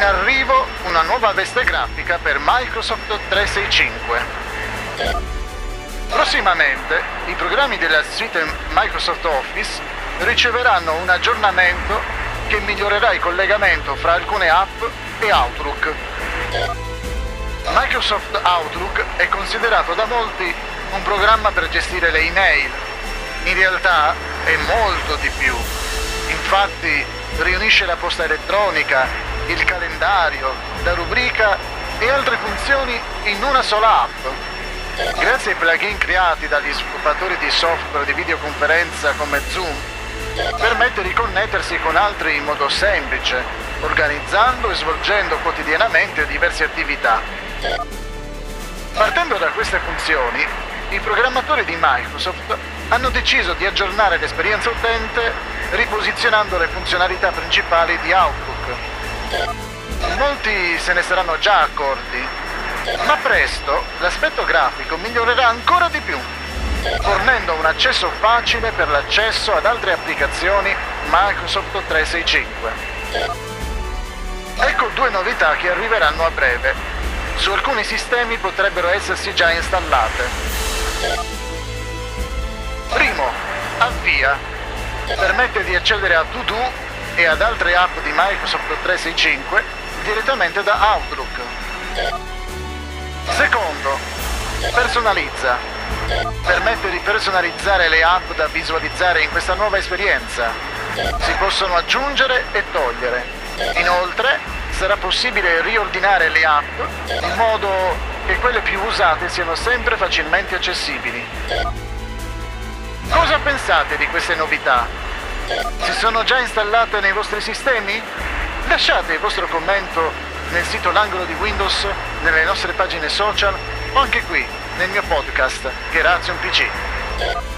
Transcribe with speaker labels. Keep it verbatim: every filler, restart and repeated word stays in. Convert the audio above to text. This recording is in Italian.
Speaker 1: arrivo una nuova veste grafica per Microsoft trecentosessantacinque. Prossimamente i programmi della suite Microsoft Office riceveranno un aggiornamento che migliorerà il collegamento fra alcune app e Outlook. Microsoft Outlook è considerato da molti un programma per gestire le email. In realtà è molto di più. Infatti riunisce la posta elettronica, il calendario, la rubrica e altre funzioni in una sola app. Grazie ai plugin creati dagli sviluppatori di software di videoconferenza come Zoom, permette di connettersi con altri in modo semplice, organizzando e svolgendo quotidianamente diverse attività. Partendo da queste funzioni, i programmatori di Microsoft hanno deciso di aggiornare l'esperienza utente riposizionando le funzionalità principali di Outlook. Molti se ne saranno già accorti, ma presto l'aspetto grafico migliorerà ancora di più, fornendo un accesso facile per l'accesso ad altre applicazioni Microsoft trecentosessantacinque. Ecco due novità che arriveranno a breve. Su alcuni sistemi potrebbero essersi già installate. Primo, Avvia. Permette di accedere a To Do e ad altre app di Microsoft trecentosessantacinque direttamente da Outlook. Secondo, Personalizza. Permette di personalizzare le app da visualizzare in questa nuova esperienza. Si possono aggiungere e togliere. Inoltre, sarà possibile riordinare le app in modo che quelle più usate siano sempre facilmente accessibili. Cosa pensate di queste novità? Si sono già installate nei vostri sistemi? Lasciate il vostro commento nel sito L'Angolo di Windows, nelle nostre pagine social o anche qui nel mio podcast Geratio P C.